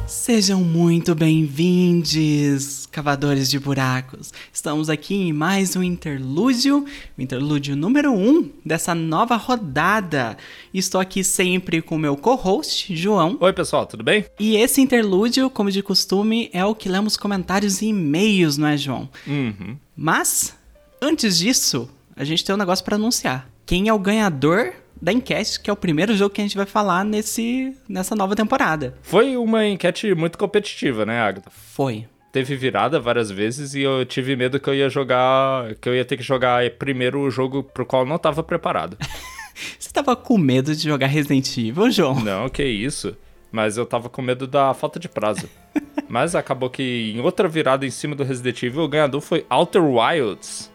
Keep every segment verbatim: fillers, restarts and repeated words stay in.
Sejam muito bem-vindos, cavadores de buracos. Estamos aqui em mais um interlúdio, o interlúdio número um dessa nova rodada. Estou aqui sempre com o meu co-host, João. Oi, pessoal, tudo bem? E esse interlúdio, como de costume, é o que lemos comentários e e-mails, não é, João? Uhum. Mas, antes disso, a gente tem um negócio para anunciar. Quem é o ganhador da enquete, que é o primeiro jogo que a gente vai falar nesse, nessa nova temporada? Foi uma enquete muito competitiva, né, Agatha? Foi. Teve virada várias vezes e eu tive medo que eu ia jogar, que eu ia ter que jogar primeiro o jogo pro qual eu não tava preparado. Você tava com medo de jogar Resident Evil, João? Não, que isso. Mas eu tava com medo da falta de prazo. Mas acabou que em outra virada em cima do Resident Evil, o ganhador foi Outer Wilds.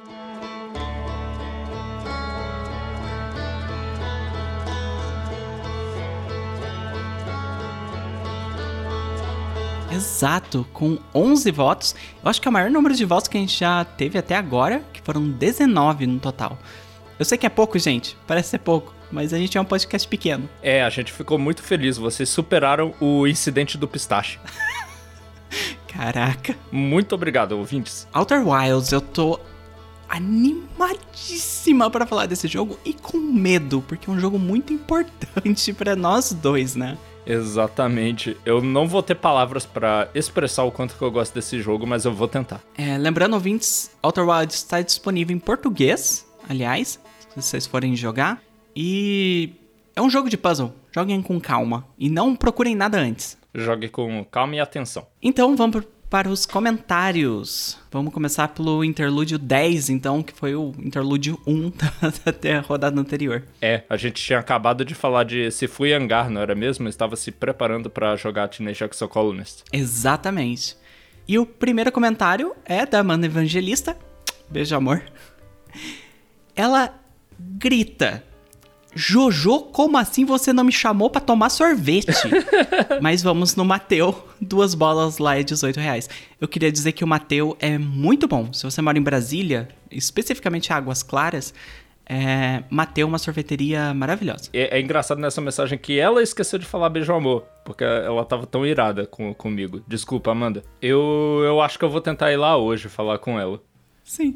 Exato, com onze votos. Eu acho que é o maior número de votos que a gente já teve até agora, que foram dezenove no total. Eu sei que é pouco, gente, parece ser pouco, mas a gente é um podcast pequeno. É, a gente ficou muito feliz, vocês superaram o incidente do pistache. Caraca. Muito obrigado, ouvintes. Outer Wilds, eu tô animadíssima pra falar desse jogo e com medo, porque é um jogo muito importante pra nós dois, né? Exatamente. Eu não vou ter palavras pra expressar o quanto que eu gosto desse jogo, mas eu vou tentar. É, lembrando, ouvintes, Outer Wilds está disponível em português, aliás, se vocês forem jogar. E é um jogo de puzzle. Joguem com calma e não procurem nada antes. Jogue com calma e atenção. Então vamos para os comentários. Vamos começar pelo interlúdio dez, então, que foi o interlúdio um até a rodada anterior. É, a gente tinha acabado de falar de Sifu e Hangar, não era mesmo? Estava se preparando para jogar Teenage Exocolonist. Exatamente. E o primeiro comentário é da Amanda Evangelista. Beijo, amor. Ela grita: Jojo, como assim você não me chamou pra tomar sorvete? Mas vamos no Mateu, duas bolas lá é dezoito reais. Eu queria dizer que o Mateu é muito bom. Se você mora em Brasília, especificamente Águas Claras, é... Mateu é uma sorveteria maravilhosa. É, é engraçado nessa mensagem que ela esqueceu de falar beijo amor, porque ela tava tão irada com, comigo. Desculpa, Amanda. Eu, eu acho que eu vou tentar ir lá hoje falar com ela. Sim.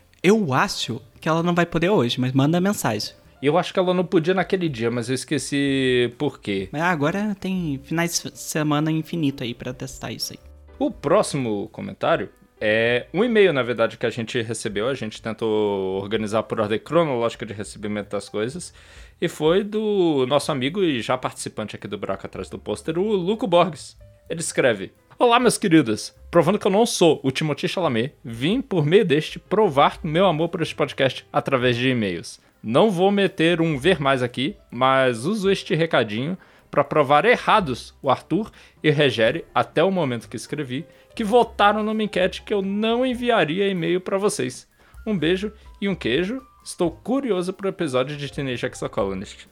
Eu acho que ela não vai poder hoje, mas manda mensagem. E eu acho que ela não podia naquele dia, mas eu esqueci por quê. Mas agora tem finais de semana infinito aí pra testar isso aí. O próximo comentário é um e-mail, na verdade, que a gente recebeu. A gente tentou organizar por ordem cronológica de recebimento das coisas. E foi do nosso amigo e já participante aqui do Buraco Atrás do Pôster, o Luco Borges. Ele escreve: Olá, meus queridos. Provando que eu não sou o Timothée Chalamet, vim por meio deste provar meu amor por este podcast através de e-mails. Não vou meter um ver mais aqui, mas uso este recadinho para provar errados o Arthur e o Regério, até o momento que escrevi, que votaram numa enquete que eu não enviaria e-mail para vocês. Um beijo e um queijo. Estou curioso pro episódio de Teenage Exocolonist.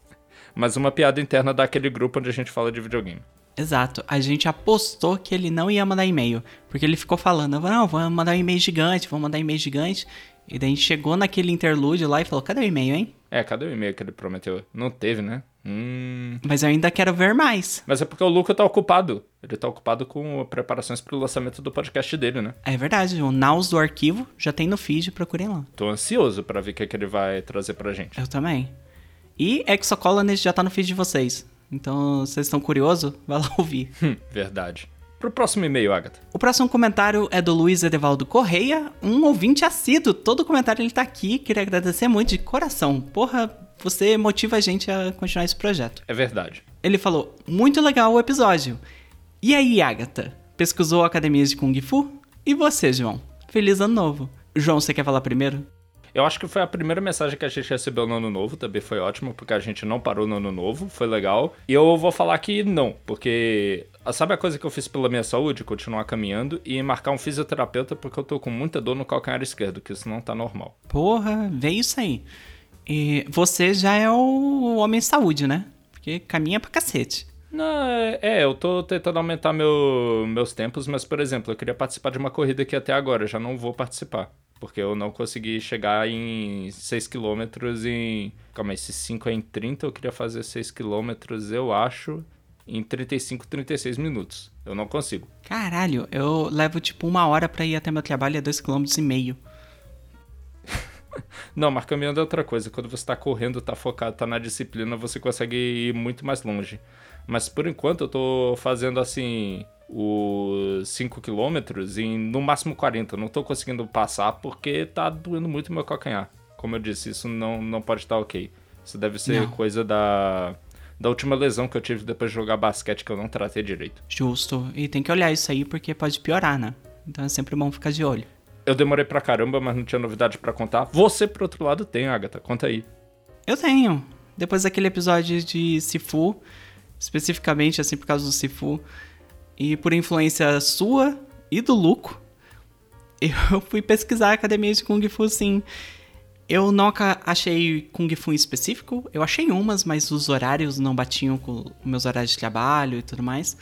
Mais uma piada interna daquele grupo onde a gente fala de videogame. Exato, a gente apostou que ele não ia mandar e-mail, porque ele ficou falando, não, vou mandar um e-mail gigante, vou mandar um e-mail gigante, e daí a gente chegou naquele interlúdio lá e falou, cadê o e-mail, hein? É, cadê o e-mail que ele prometeu? Não teve, né? Hum... Mas eu ainda quero ver mais. Mas é porque o Luca tá ocupado, ele tá ocupado com preparações pro lançamento do podcast dele, né? É verdade, o Naus do arquivo já tem no feed, procurem lá. Tô ansioso pra ver o que, é que ele vai trazer pra gente. Eu também. E Exocolonist já tá no feed de vocês. Então, vocês estão curiosos? Vai lá ouvir. Hum, verdade. Pro próximo e-mail, Agatha. O próximo comentário é do Luiz Edevaldo Correia, um ouvinte assíduo. Todo comentário ele tá aqui, queria agradecer muito de coração. Porra, você motiva a gente a continuar esse projeto. É verdade. Ele falou, muito legal o episódio. E aí, Agatha? Pesquisou academias de Kung Fu? E você, João? Feliz ano novo. João, você quer falar primeiro? Eu acho que foi a primeira mensagem que a gente recebeu no Ano Novo, também foi ótimo, porque a gente não parou no Ano Novo, foi legal. E eu vou falar que não, porque sabe a coisa que eu fiz pela minha saúde? Continuar caminhando e marcar um fisioterapeuta, porque eu tô com muita dor no calcanhar esquerdo, que isso não tá normal. Porra, veio isso aí. E você já é o homem saúde, né? Porque caminha pra cacete. Não, é, eu tô tentando aumentar meu, meus tempos, mas, por exemplo, eu queria participar de uma corrida que até agora eu já não vou participar. Porque eu não consegui chegar em seis quilômetros em... Calma aí, se cinco é em trinta, eu queria fazer seis quilômetros, eu acho, em trinta e cinco, trinta e seis minutos. Eu não consigo. Caralho, eu levo tipo uma hora pra ir até meu trabalho, é dois quilômetros e meio. Não, mas caminhando é outra coisa. Quando você tá correndo, tá focado, tá na disciplina, você consegue ir muito mais longe. Mas por enquanto eu tô fazendo assim os cinco quilômetros em no máximo quarenta. Eu não tô conseguindo passar porque tá doendo muito o meu calcanhar. Como eu disse, isso não, não pode estar ok. Isso deve ser Não. coisa da, da última lesão que eu tive depois de jogar basquete, que eu não tratei direito. Justo. E tem que olhar isso aí porque pode piorar, né? Então é sempre bom ficar de olho. Eu demorei pra caramba, mas não tinha novidade pra contar. Você, por outro lado, tem, Agatha. Conta aí. Eu tenho. Depois daquele episódio de Sifu, especificamente assim por causa do Sifu, e por influência sua e do Luco, eu fui pesquisar a academia de Kung Fu, sim. Eu nunca achei Kung Fu em específico. Eu achei umas, mas os horários não batiam com os meus horários de trabalho e tudo mais.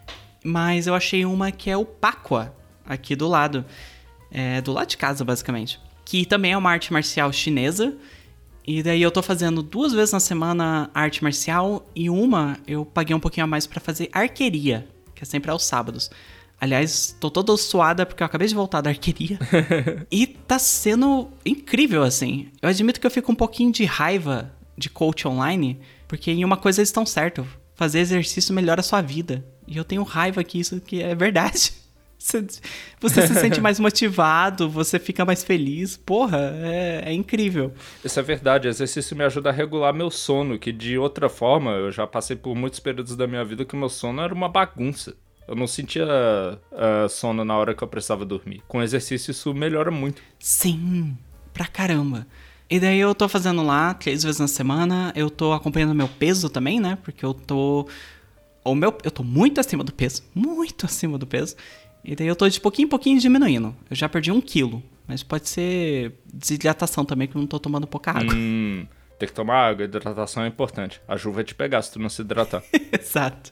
Mas eu achei uma que é o Pakwa, aqui do lado. É, do lado de casa, basicamente. Que também é uma arte marcial chinesa. E daí eu tô fazendo duas vezes na semana arte marcial. E uma eu paguei um pouquinho a mais pra fazer arqueria, que é sempre aos sábados. Aliás, tô toda suada porque eu acabei de voltar da arqueria. E tá sendo incrível, assim. Eu admito que eu fico um pouquinho de raiva de coach online, porque em uma coisa eles estão certos. Fazer exercício melhora a sua vida. E eu tenho raiva que isso que é verdade. Você, você se sente mais motivado, você fica mais feliz. Porra, é, é incrível. Isso é verdade, exercício me ajuda a regular meu sono, que de outra forma, eu já passei por muitos períodos da minha vida que meu sono era uma bagunça. Eu não sentia uh, sono na hora que eu precisava dormir. Com exercício isso melhora muito. Sim, pra caramba. E daí eu tô fazendo lá três vezes na semana, eu tô acompanhando meu peso também, né? Porque eu tô... O meu, eu tô muito acima do peso, muito acima do peso. E daí eu tô de pouquinho em pouquinho diminuindo. Eu já perdi um quilo, mas pode ser desidratação também, que eu não tô tomando pouca água. Hum, tem que tomar água, hidratação é importante. A chuva vai te pegar se tu não se hidratar. Exato.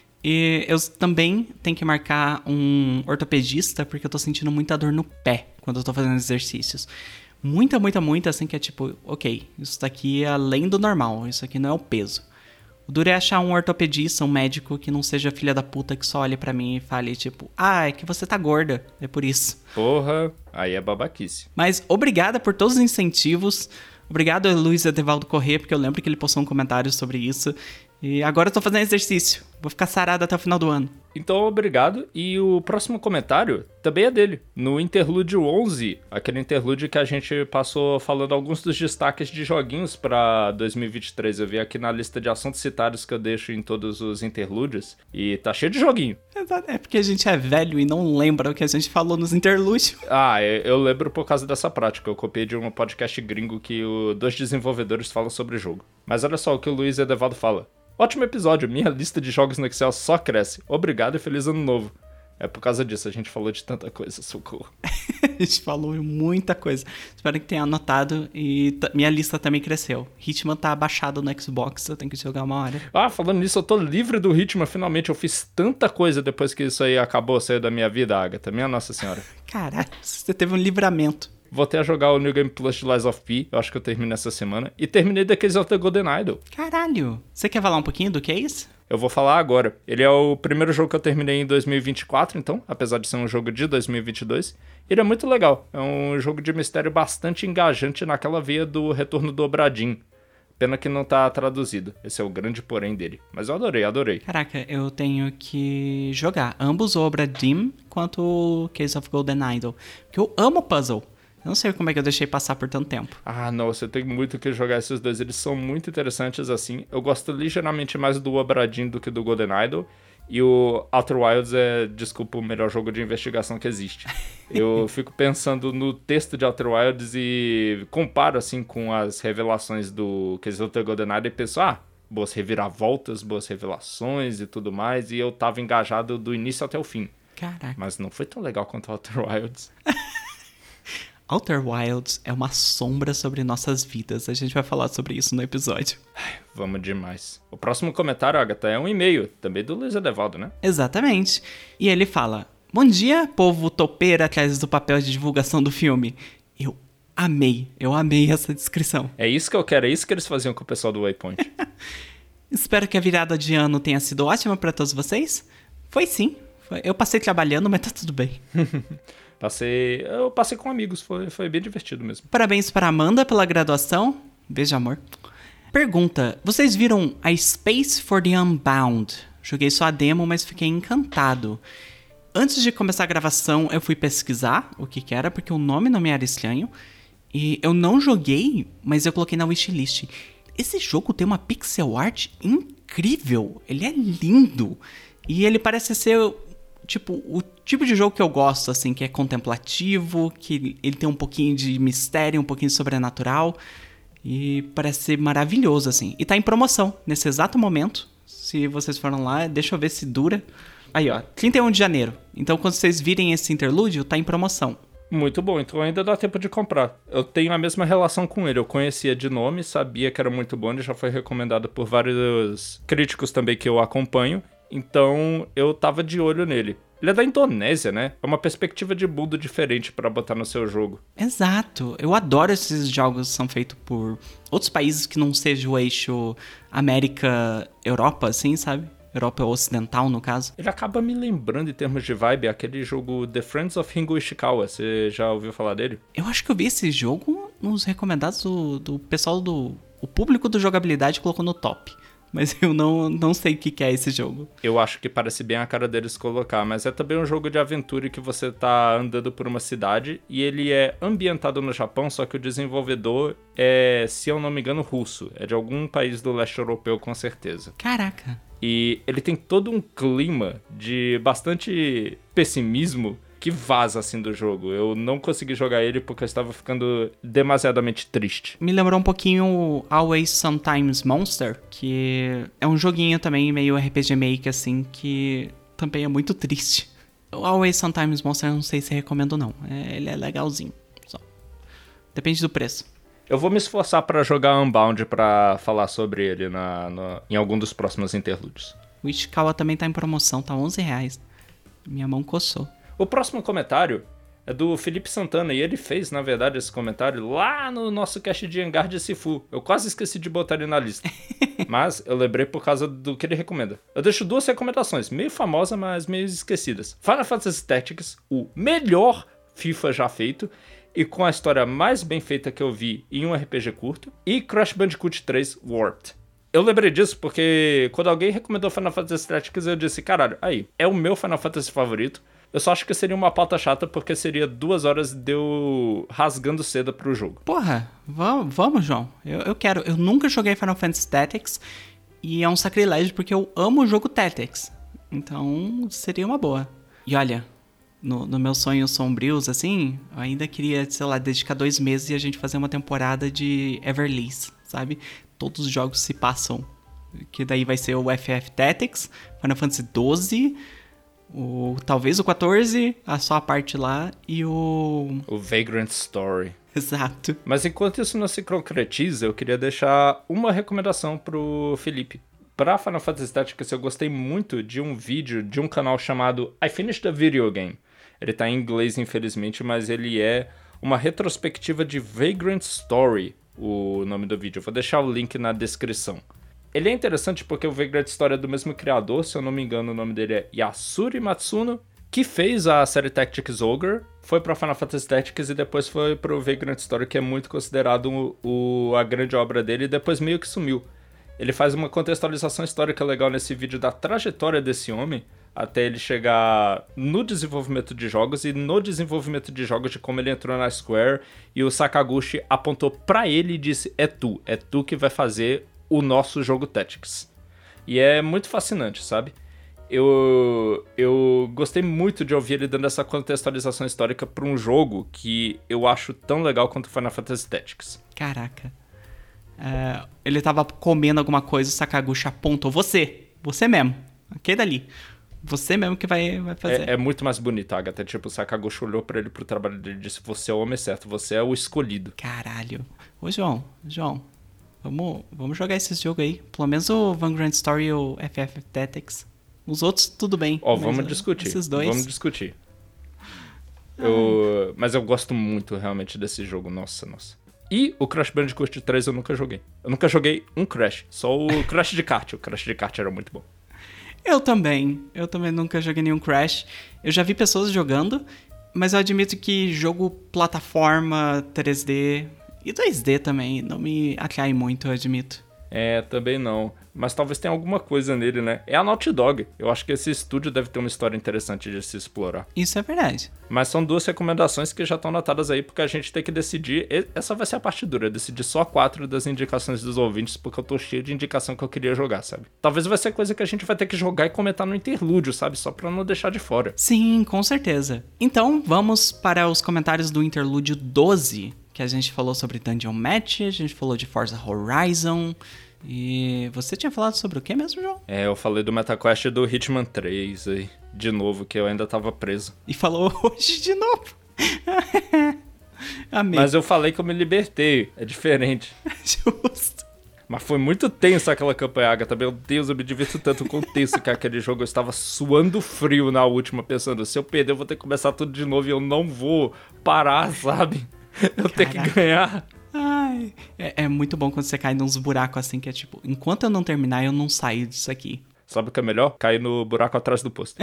E eu também tenho que marcar um ortopedista, porque eu tô sentindo muita dor no pé quando eu tô fazendo exercícios. Muita, muita, muita, assim, que é tipo, ok, isso daqui é além do normal, isso aqui não é o peso. O duro é achar um ortopedista, um médico que não seja filha da puta que só olhe pra mim e fale, tipo, ah, é que você tá gorda, é por isso. Porra, aí é babaquice. Mas obrigada por todos os incentivos. Obrigado a Luiz Edevaldo Corrêa, porque eu lembro que ele postou um comentário sobre isso. E agora eu tô fazendo exercício. Vou ficar sarado até o final do ano. Então, obrigado. E o próximo comentário também é dele. No Interlúdio onze, aquele interlúdio que a gente passou falando alguns dos destaques de joguinhos pra dois mil e vinte e três. Eu vi aqui na lista de assuntos citados que eu deixo em todos os interlúdios. E tá cheio de joguinho. É porque a gente é velho e não lembra o que a gente falou nos interlúdios. Ah, eu lembro por causa dessa prática. Eu copiei de um podcast gringo que o, dois desenvolvedores falam sobre o jogo. Mas olha só o que o Luiz Edevaldo fala. Ótimo episódio, minha lista de jogos no Excel só cresce. Obrigado e feliz ano novo. É por causa disso, a gente falou de tanta coisa, socorro. A gente falou muita coisa. Espero que tenha anotado e t- minha lista também cresceu. Hitman tá abaixado no Xbox, eu tenho que jogar uma hora. Ah, falando nisso, eu tô livre do Hitman, finalmente. Eu fiz tanta coisa depois que isso aí acabou, saiu da minha vida, Agatha. Minha Nossa Senhora. Caralho, você teve um livramento. Voltei a jogar o New Game Plus de Lies of P, eu acho que eu termino essa semana. E terminei The Case of the Golden Idol. Caralho. Você quer falar um pouquinho do que é isso? Eu vou falar agora. Ele é o primeiro jogo que eu terminei em dois mil e vinte e quatro, então, apesar de ser um jogo de dois mil e vinte e dois. Ele é muito legal. É um jogo de mistério bastante engajante naquela veia do Retorno do Obradin. Pena que não tá traduzido. Esse é o grande porém dele. Mas eu adorei, adorei. Caraca, eu tenho que jogar ambos o Obra Dinn quanto o Case of Golden Idol. Porque eu amo puzzle. Eu não sei como é que eu deixei passar por tanto tempo. Ah, não, você tem muito que jogar esses dois. Eles são muito interessantes assim. Eu gosto ligeiramente mais do Obradin do que do Golden Idol. E o Outer Wilds é, desculpa, o melhor jogo de investigação que existe. Eu fico pensando no texto de Outer Wilds e comparo assim com as revelações do Case of the Golden Idol e penso, ah, boas reviravoltas, boas revelações e tudo mais. E eu tava engajado do início até o fim. Caraca. Mas não foi tão legal quanto Outer Wilds. Outer Wilds é uma sombra sobre nossas vidas. A gente vai falar sobre isso no episódio. Vamos demais. O próximo comentário, Agatha, é um e-mail, também do Luiz Edevaldo, né? Exatamente. E ele fala: bom dia, povo topeira atrás do papel de divulgação do filme. Eu amei, eu amei essa descrição. É isso que eu quero, é isso que eles faziam com o pessoal do Waypoint. Espero que a virada de ano tenha sido ótima pra todos vocês. Foi sim. Foi. Eu passei trabalhando, mas tá tudo bem. Passei... Eu passei com amigos, foi, foi bem divertido mesmo. Parabéns para Amanda pela graduação. Beijo, amor. Pergunta, vocês viram a Space for the Unbound? Joguei só a demo, mas fiquei encantado. Antes de começar a gravação, eu fui pesquisar o que que era, porque o nome não me era estranho. E eu não joguei, mas eu coloquei na wishlist. Esse jogo tem uma pixel art incrível. Ele é lindo. E ele parece ser, tipo, o tipo de jogo que eu gosto, assim, que é contemplativo, que ele tem um pouquinho de mistério, um pouquinho de sobrenatural. E parece ser maravilhoso, assim. E tá em promoção, nesse exato momento. Se vocês foram lá, deixa eu ver se dura. Aí, ó, trinta e um de janeiro. Então, quando vocês virem esse interlúdio, tá em promoção. Muito bom, então ainda dá tempo de comprar. Eu tenho a mesma relação com ele, eu conhecia de nome, sabia que era muito bom, ele já foi recomendado por vários críticos também que eu acompanho, então eu tava de olho nele. Ele é da Indonésia, né? É uma perspectiva de mundo diferente pra botar no seu jogo. Exato, eu adoro esses jogos que são feitos por outros países que não sejam o eixo América-Europa, assim, sabe? Europa Ocidental, no caso. Ele acaba me lembrando, em termos de vibe, aquele jogo The Friends of Ringo Ishikawa. Você já ouviu falar dele? Eu acho que eu vi esse jogo nos recomendados do, do pessoal do... O público do Jogabilidade colocou no top. Mas eu não, não sei o que, que é esse jogo. Eu acho que parece bem a cara deles colocar, mas é também um jogo de aventura que você tá andando por uma cidade e ele é ambientado no Japão, só que o desenvolvedor é, se eu não me engano, russo. É de algum país do leste europeu, com certeza. Caraca. E ele tem todo um clima de bastante pessimismo que vaza, assim, do jogo. Eu não consegui jogar ele porque eu estava ficando demasiadamente triste. Me lembrou um pouquinho o Always Sometimes Monster, que é um joguinho também meio R P G Maker, assim, que também é muito triste. O Always Sometimes Monster eu não sei se recomendo ou não. É, ele é legalzinho, só. Depende do preço. Eu vou me esforçar pra jogar Unbound pra falar sobre ele na, na, em algum dos próximos interlúdios. O Ishikawa também tá em promoção, tá onze reais. Minha mão coçou. O próximo comentário é do Felipe Santana, e ele fez, na verdade, esse comentário lá no nosso cast de Hangar de Sifu. Eu quase esqueci de botar ele na lista, mas eu lembrei por causa do que ele recomenda. Eu deixo duas recomendações, meio famosas, mas meio esquecidas. Final Fantasy Tactics, o melhor FIFA já feito, e com a história mais bem feita que eu vi em um R P G curto, e Crash Bandicoot três Warped. Eu lembrei disso porque quando alguém recomendou Final Fantasy Tactics, eu disse, caralho, aí, é o meu Final Fantasy favorito. Eu só acho que seria uma pauta chata porque seria duas horas de eu rasgando seda pro jogo. Porra, vamos, vamos João. Eu, eu quero. Eu nunca joguei Final Fantasy Tactics e é um sacrilégio porque eu amo o jogo Tactics. Então, seria uma boa. E olha... No, no meus sonhos sombrios, assim, eu ainda queria, sei lá, dedicar dois meses e a gente fazer uma temporada de Everlease, sabe? Todos os jogos se passam. Que daí vai ser o F F Tactics, Final Fantasy doze, o, talvez o quatorze, a só a parte lá, e o... O Vagrant Story. Exato. Mas enquanto isso não se concretiza, eu queria deixar uma recomendação pro Felipe. Pra Final Fantasy Tactics, eu gostei muito de um vídeo de um canal chamado I Finished the Video Game. Ele tá em inglês, infelizmente, mas ele é uma retrospectiva de Vagrant Story, o nome do vídeo. Eu vou deixar o link na descrição. Ele é interessante porque o Vagrant Story é do mesmo criador, se eu não me engano o nome dele é Yasuri Matsuno, que fez a série Tactics Ogre, foi pra Final Fantasy Tactics e depois foi pro Vagrant Story, que é muito considerado o, o, a grande obra dele, e depois meio que sumiu. Ele faz uma contextualização histórica legal nesse vídeo da trajetória desse homem até ele chegar no desenvolvimento de jogos e no desenvolvimento de jogos de como ele entrou na Square e o Sakaguchi apontou pra ele e disse, é tu, é tu que vai fazer o nosso jogo Tactics. E é muito fascinante, sabe? Eu, eu gostei muito de ouvir ele dando essa contextualização histórica pra um jogo que eu acho tão legal quanto Final Fantasy Tactics. Caraca. É, ele tava comendo alguma coisa, o Sakaguchi apontou, você, você mesmo, aquele dali. Você mesmo que vai, vai fazer. É, é muito mais bonito, Agatha. Tipo, o Sakaguchi olhou pra ele, pro trabalho dele e disse, você é o homem certo, você é o escolhido. Caralho. Ô, João, João, vamos, vamos jogar esse jogo aí. Pelo menos o Vagrant Story e o F F Tactics. Os outros, tudo bem. Ó, vamos discutir. Esses dois... Vamos discutir. Eu... Mas eu gosto muito, realmente, desse jogo. Nossa, nossa. E o Crash Bandicoot três eu nunca joguei. Eu nunca joguei um Crash, só o Crash de kart. O Crash de kart era muito bom. Eu também. Eu também nunca joguei nenhum Crash. Eu já vi pessoas jogando, mas eu admito que jogo plataforma três D e dois D também não me atrai muito, eu admito. É, também não. Mas talvez tenha alguma coisa nele, né? É a Naughty Dog. Eu acho que esse estúdio deve ter uma história interessante de se explorar. Isso é verdade. Mas são duas recomendações que já estão anotadas aí, porque a gente tem que decidir. Essa vai ser a parte dura. Decidir só quatro das indicações dos ouvintes, porque eu tô cheio de indicação que eu queria jogar, sabe? Talvez vai ser coisa que a gente vai ter que jogar e comentar no interlúdio, sabe? Só pra não deixar de fora. Sim, com certeza. Então, vamos para os comentários do interlúdio doze, que a gente falou sobre Dungeon Match, a gente falou de Forza Horizon. E você tinha falado sobre o que mesmo, João? É, eu falei do MetaQuest e do Hitman três aí, de novo, que eu ainda tava preso. E falou hoje de novo. Amei. Mas eu falei que eu me libertei, é diferente. Justo. Mas foi muito tenso aquela campanha, Agatha. Meu Deus, eu me divirto tanto com o tenso que é aquele jogo. Eu estava suando frio na última, pensando, se eu perder eu vou ter que começar tudo de novo e eu não vou parar, sabe? Eu tenho que ganhar. Ai, é, é muito bom quando você cai nos buracos assim, que é tipo, enquanto eu não terminar, eu não saio disso aqui. Sabe o que é melhor? Cair no buraco atrás do posto.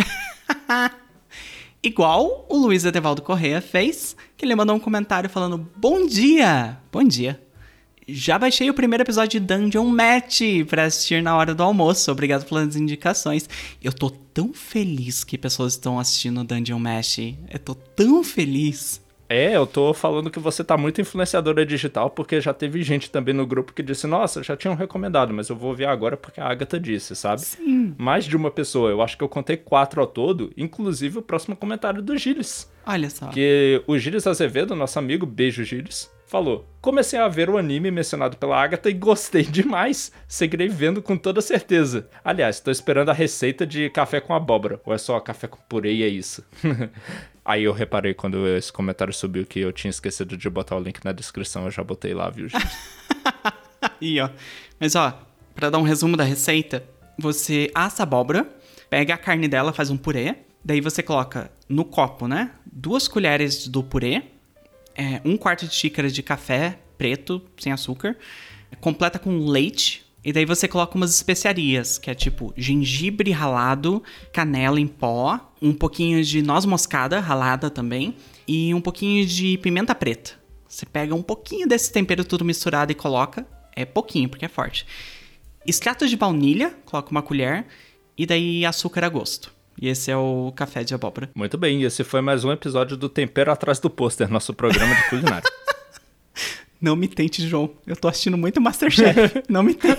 Igual o Luiz Edevaldo Correia fez, que ele mandou um comentário falando, bom dia! Bom dia. Já baixei o primeiro episódio de Dungeon Match pra assistir na hora do almoço. Obrigado pelas indicações. Eu tô tão feliz que pessoas estão assistindo Dungeon Match. Eu tô tão feliz. É, eu tô falando que você tá muito influenciadora digital, porque já teve gente também no grupo que disse, nossa, já tinham recomendado, mas eu vou ouvir agora porque a Agatha disse, sabe? Sim. Mais de uma pessoa, eu acho que eu contei quatro ao todo, inclusive o próximo comentário do Gilles. Olha só. Que o Gilles Azevedo, nosso amigo, beijo Gilles, falou, comecei a ver o anime mencionado pela Agatha e gostei demais, seguirei vendo com toda certeza. Aliás, tô esperando a receita de café com abóbora, ou é só café com purê e é isso. Aí eu reparei quando esse comentário subiu que eu tinha esquecido de botar o link na descrição, eu já botei lá, viu, gente? Aí, ó. Mas, ó, pra dar um resumo da receita, você assa a abóbora, pega a carne dela, faz um purê, daí você coloca no copo, né, duas colheres do purê, é, um quarto de xícara de café preto, sem açúcar, completa com leite, e daí você coloca umas especiarias, que é tipo gengibre ralado, canela em pó, um pouquinho de noz moscada ralada também, e um pouquinho de pimenta preta. Você pega um pouquinho desse tempero tudo misturado e coloca, é pouquinho porque é forte. Extrato de baunilha, coloca uma colher, e daí açúcar a gosto. E esse é o café de abóbora. Muito bem, e esse foi mais um episódio do Tempero Atrás do Pôster, nosso programa de culinária. Não me tente, João. Eu tô assistindo muito Masterchef. Não me tente.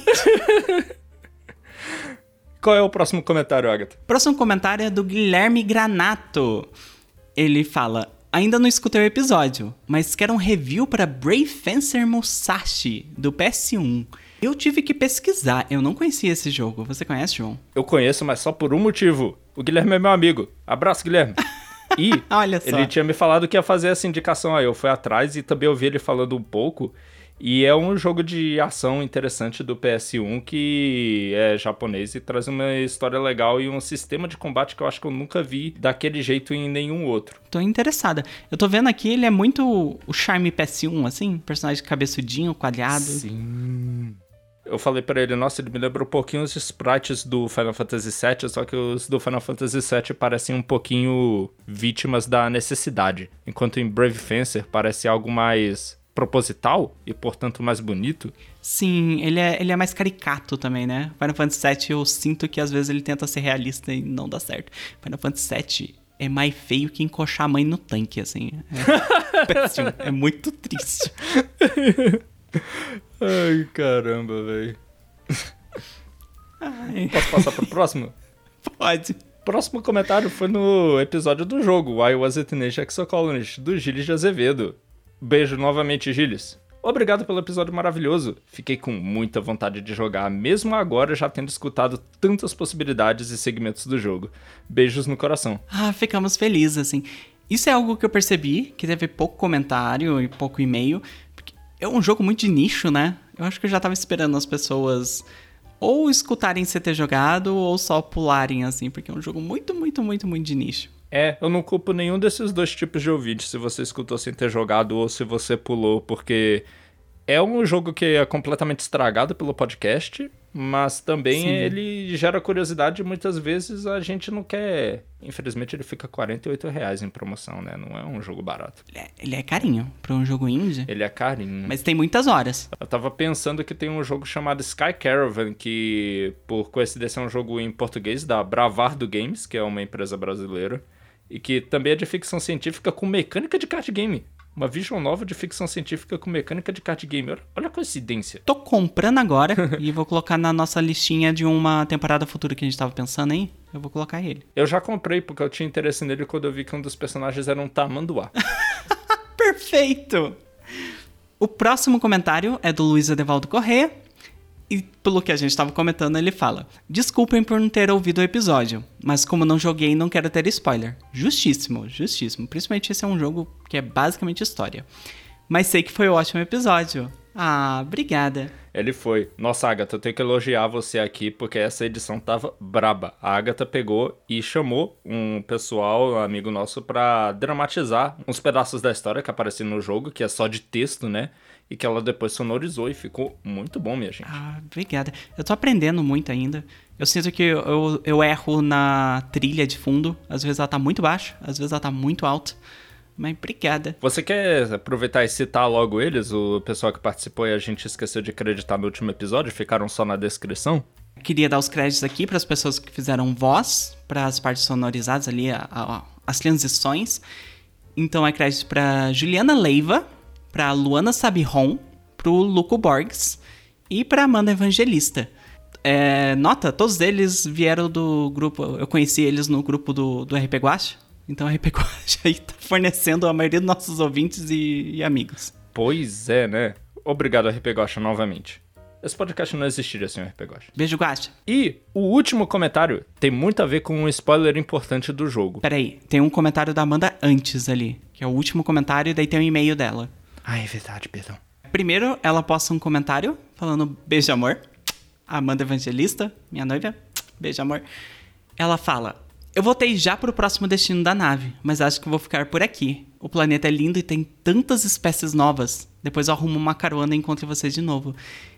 Qual é o próximo comentário, Agatha? Próximo comentário é do Guilherme Granato. Ele fala, ainda não escutei o episódio, mas quero um review para Brave Fencer Musashi, do P S um. Eu tive que pesquisar, eu não conhecia esse jogo. Você conhece, João? Eu conheço, mas só por um motivo. O Guilherme é meu amigo. Abraço, Guilherme. E Olha só. Ele tinha me falado que ia fazer essa indicação aí. Eu fui atrás e também ouvi ele falando um pouco. E é um jogo de ação interessante do P S um que é japonês e traz uma história legal e um sistema de combate que eu acho que eu nunca vi daquele jeito em nenhum outro. Tô interessada. Eu tô vendo aqui, ele é muito o charme P S um, assim, personagem cabeçudinho, quadrado. Sim. Eu falei pra ele, nossa, ele me lembra um pouquinho os sprites do Final Fantasy sete, só que os do Final Fantasy sete parecem um pouquinho vítimas da necessidade, enquanto em Brave Fencer parece algo mais proposital e, portanto, mais bonito. Sim, ele é, ele é mais caricato também, né? Final Fantasy sete eu sinto que às vezes ele tenta ser realista e não dá certo. Final Fantasy sete é mais feio que encoxar a mãe no tanque, assim. É péssimo, é muito triste. Ai, caramba, velho. Posso passar pro próximo? Pode. Próximo comentário foi no episódio do jogo Why Was It Ninja Exocolonist, do Gilles de Azevedo. Beijo novamente, Gilles. Obrigado pelo episódio maravilhoso. Fiquei com muita vontade de jogar, mesmo agora já tendo escutado tantas possibilidades e segmentos do jogo. Beijos no coração. Ah, ficamos felizes, assim. Isso é algo que eu percebi, que teve pouco comentário e pouco e-mail. Porque é um jogo muito de nicho, né? Eu acho que eu já tava esperando as pessoas ou escutarem você ter jogado ou só pularem, assim, porque é um jogo muito, muito, muito, muito de nicho. É, eu não culpo nenhum desses dois tipos de ouvintes, se você escutou sem ter jogado ou se você pulou, porque É um jogo que é completamente estragado pelo podcast, mas também Sim. ele gera curiosidade e muitas vezes a gente não quer... Infelizmente ele fica quarenta e oito reais em promoção, né? Não é um jogo barato. Ele é, ele é carinho pra um jogo indie. Ele é carinho. Mas tem muitas horas. Eu tava pensando que tem um jogo chamado Sky Caravan, que por coincidência é um jogo em português da Bravardo Games, que é uma empresa brasileira, e que também é de ficção científica com mecânica de card game. Uma visual novel de ficção científica com mecânica de card game. Olha a coincidência. Tô comprando agora e vou colocar na nossa listinha de uma temporada futura que a gente tava pensando aí. Eu vou colocar ele. Eu já comprei porque eu tinha interesse nele quando eu vi que um dos personagens era um tamanduá. Perfeito! O próximo comentário é do Luiz Adevaldo Corrêa. E pelo que a gente estava comentando, ele fala: desculpem por não ter ouvido o episódio, mas como não joguei, não quero ter spoiler. Justíssimo, justíssimo. Principalmente esse é um jogo que é basicamente história. Mas sei que foi um ótimo episódio. Ah, obrigada. Ele foi. Nossa, Agatha, eu tenho que elogiar você aqui, porque essa edição tava braba. A Agatha pegou e chamou um pessoal, um amigo nosso, pra dramatizar uns pedaços da história que apareciam no jogo, que é só de texto, né? E que ela depois sonorizou e ficou muito bom, minha gente. Ah, obrigada. Eu tô aprendendo muito ainda. Eu sinto que eu, eu, eu erro na trilha de fundo. Às vezes ela tá muito baixa, às vezes ela tá muito alta. Mas obrigada. Você quer aproveitar e citar logo eles? O pessoal que participou e a gente esqueceu de acreditar no último episódio, ficaram só na descrição? Queria dar os créditos aqui para as pessoas que fizeram voz, para as partes sonorizadas ali, a, a, as transições. Então é crédito para Juliana Leiva, para Luana Sabiron, para o Luco Borges e para Amanda Evangelista. É, nota, todos eles vieram do grupo, eu conheci eles no grupo do, do R P Guacha. Então a R P Guacha aí tá fornecendo a maioria dos nossos ouvintes e, e amigos. Pois é, né? Obrigado, R P Guacha, novamente. Esse podcast não existiria sem o R P Guacha. Beijo, Guacha. E o último comentário tem muito a ver com um spoiler importante do jogo. Peraí, tem um comentário da Amanda antes ali, que é o último comentário, e daí tem um e-mail dela. Ah, é verdade, perdão. Primeiro, ela posta um comentário falando beijo, amor. Amanda Evangelista, minha noiva, beijo, amor. Ela fala: eu voltei já pro próximo destino da nave, mas acho que vou ficar por aqui. O planeta é lindo e tem tantas espécies novas. Depois eu arrumo uma carona e encontro vocês de novo.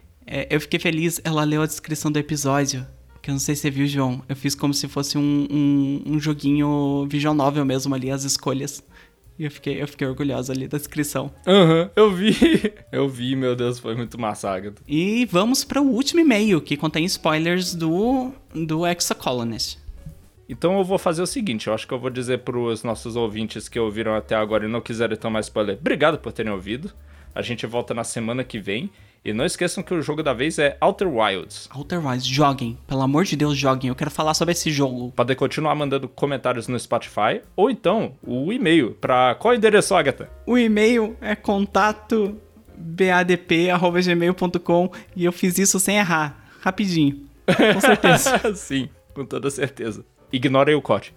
É, eu fiquei feliz, ela leu a descrição do episódio, que eu não sei se você viu, João. Eu fiz como se fosse um, um, um joguinho visual novel mesmo ali, as escolhas. E eu fiquei, eu fiquei orgulhosa ali da descrição. Aham, uhum, eu vi. Eu vi, meu Deus, foi muito massacre. E vamos para o último e-mail, que contém spoilers do, do Exocolonist. Então eu vou fazer o seguinte, eu acho que eu vou dizer pros nossos ouvintes que ouviram até agora e não quiserem tomar spoiler, obrigado por terem ouvido. A gente volta na semana que vem. E não esqueçam que o jogo da vez é Outer Wilds. Outer Wilds, joguem. Pelo amor de Deus, joguem. Eu quero falar sobre esse jogo. Podem continuar mandando comentários no Spotify. Ou então, o e-mail. Pra qual endereço, Agatha? O e-mail é contato badp arroba gmail ponto com. E eu fiz isso sem errar. Rapidinho. Com certeza. Sim, com toda certeza. Ignorem o corte.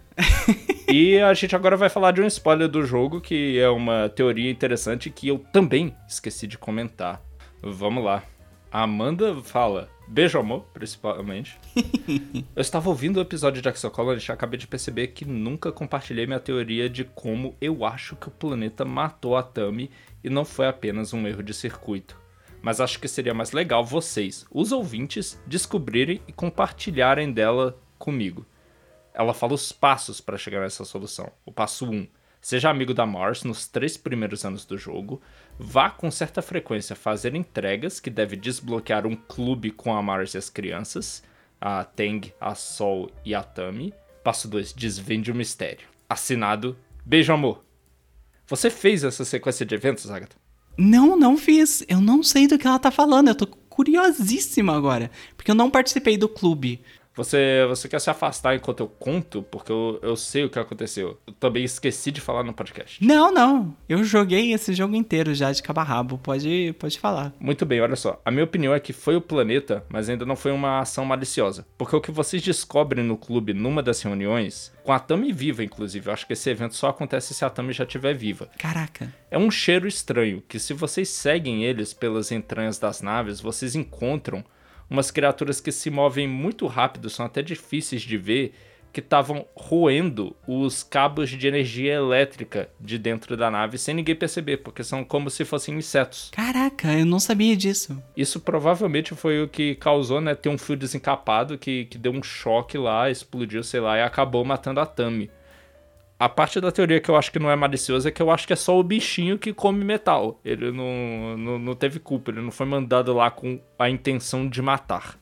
E a gente agora vai falar de um spoiler do jogo, que é uma teoria interessante que eu também esqueci de comentar. Vamos lá. A Amanda fala: beijo, amor, principalmente. Eu estava ouvindo o episódio de Exocolonist e acabei de perceber que nunca compartilhei minha teoria de como eu acho que o planeta matou a Tami e não foi apenas um erro de circuito. Mas acho que seria mais legal vocês, os ouvintes, descobrirem e compartilharem dela comigo. Ela fala os passos para chegar nessa solução. O passo um. Seja amigo da Mars nos três primeiros anos do jogo. Vá com certa frequência fazer entregas que deve desbloquear um clube com a Mars e as crianças. A Tang, a Sol e a Tami. Passo dois. Desvende o mistério. Assinado. Beijo, amor. Você fez essa sequência de eventos, Agatha? Não, não fiz. Eu não sei do que ela tá falando. Eu tô curiosíssima agora. Porque eu não participei do clube. Você, você quer se afastar enquanto eu conto? Porque eu, eu sei o que aconteceu. Eu também esqueci de falar no podcast. Não, não. Eu joguei esse jogo inteiro já de cabo a rabo. Pode, pode falar. Muito bem, olha só. A minha opinião é que foi o planeta, mas ainda não foi uma ação maliciosa. Porque o que vocês descobrem no clube numa das reuniões, com a Tami viva, inclusive, eu acho que esse evento só acontece se a Tami já estiver viva. Caraca. É um cheiro estranho, que se vocês seguem eles pelas entranhas das naves, vocês encontram umas criaturas que se movem muito rápido, são até difíceis de ver, que estavam roendo os cabos de energia elétrica de dentro da nave sem ninguém perceber, porque são como se fossem insetos. Caraca, eu não sabia disso. Isso provavelmente foi o que causou, né, ter um fio desencapado que, que deu um choque lá, explodiu, sei lá, e acabou matando a Tami. A parte da teoria que eu acho que não é maliciosa é que eu acho que é só o bichinho que come metal. Ele não, não, não teve culpa, ele não foi mandado lá com a intenção de matar.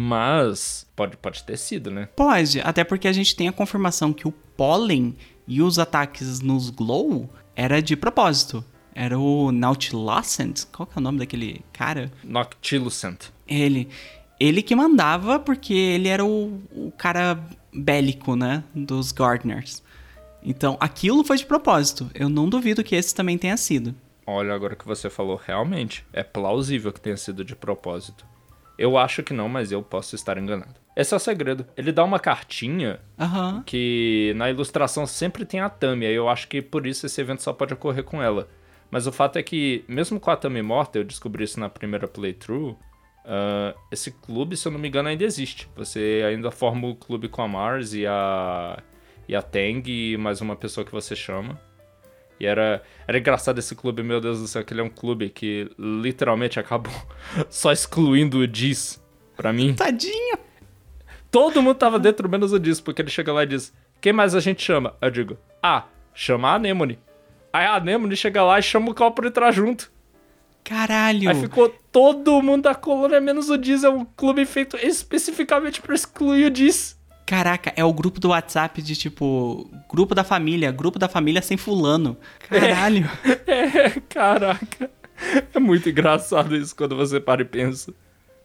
Mas pode, pode ter sido, né? Pode, até porque a gente tem a confirmação que o pólen e os ataques nos Glow era de propósito. Era o Nautilucent, qual que é o nome daquele cara? Noctilucent. Ele. Ele que mandava porque ele era o, o cara bélico, né, dos Gardeners. Então, aquilo foi de propósito. Eu não duvido que esse também tenha sido. Olha, agora que você falou, realmente, é plausível que tenha sido de propósito. Eu acho que não, mas eu posso estar enganado. Esse é o segredo. Ele dá uma cartinha uhum. que na ilustração sempre tem a Tami. Eu acho que por isso esse evento só pode ocorrer com ela. Mas o fato é que, mesmo com a Tami morta, eu descobri isso na primeira playthrough, uh, esse clube, se eu não me engano, ainda existe. Você ainda forma o clube com a Mars e a, e a Tang e mais uma pessoa que você chama. E era, era engraçado esse clube, meu Deus do céu, que ele é um clube que literalmente acabou só excluindo o Diz pra mim. Tadinho! Todo mundo tava dentro, menos o Diz, porque ele chega lá e diz, quem mais a gente chama? Eu digo, ah, chama a Anemone. Aí a Anemone chega lá e chama o Cal pra entrar junto. Caralho! Aí ficou todo mundo da colônia, menos o Diz, é um clube feito especificamente pra excluir o Diz. Caraca, é o grupo do WhatsApp de tipo... Grupo da família, grupo da família sem fulano. Caralho. É, é, caraca. É muito engraçado isso quando você para e pensa.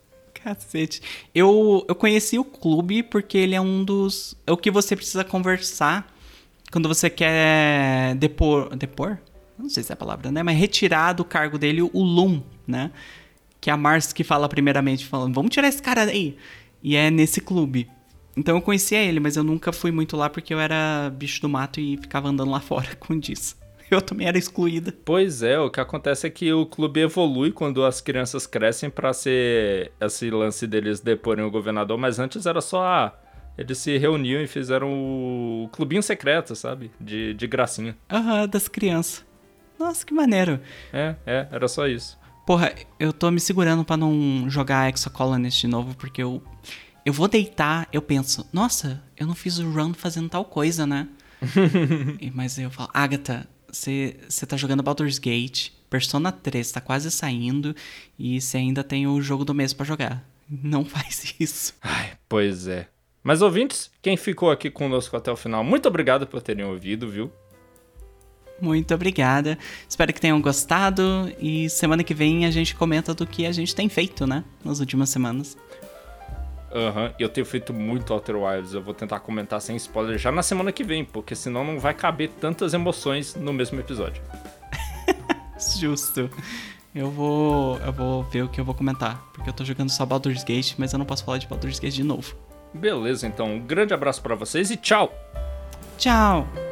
Cacete. Eu, eu conheci o clube porque ele é um dos... É o que você precisa conversar quando você quer depor... Depor? Não sei se é a palavra, né? Mas retirar do cargo dele o Lum, né? Que é a Mars que fala primeiramente, falando, vamos tirar esse cara daí. E é nesse clube. Então eu conhecia ele, mas eu nunca fui muito lá porque eu era bicho do mato e ficava andando lá fora com disso. Eu também era excluída. Pois é, o que acontece é que o clube evolui quando as crianças crescem pra ser esse lance deles deporem o governador, mas antes era só... Ah, eles se reuniam e fizeram o clubinho secreto, sabe? De, de gracinha. Aham, uhum, das crianças. Nossa, que maneiro. É, é, era só isso. Porra, eu tô me segurando pra não jogar Exocolonist de novo, porque eu... Eu vou deitar, eu penso, nossa, eu não fiz o run fazendo tal coisa, né? Mas eu falo, Agatha, você tá jogando Baldur's Gate, Persona três tá quase saindo e você ainda tem o jogo do mês pra jogar. Não faz isso. Ai, pois é. Mas ouvintes, quem ficou aqui conosco até o final, muito obrigado por terem ouvido, viu? Muito obrigada. Espero que tenham gostado e semana que vem a gente comenta do que a gente tem feito, né? Nas últimas semanas. Aham, uhum. Eu tenho feito muito Outer Wilds, eu vou tentar comentar sem spoiler já na semana que vem, porque senão não vai caber tantas emoções no mesmo episódio. Justo. Eu vou, eu vou ver o que eu vou comentar, porque eu tô jogando só Baldur's Gate, mas eu não posso falar de Baldur's Gate de novo. Beleza, então, um grande abraço pra vocês e tchau! Tchau!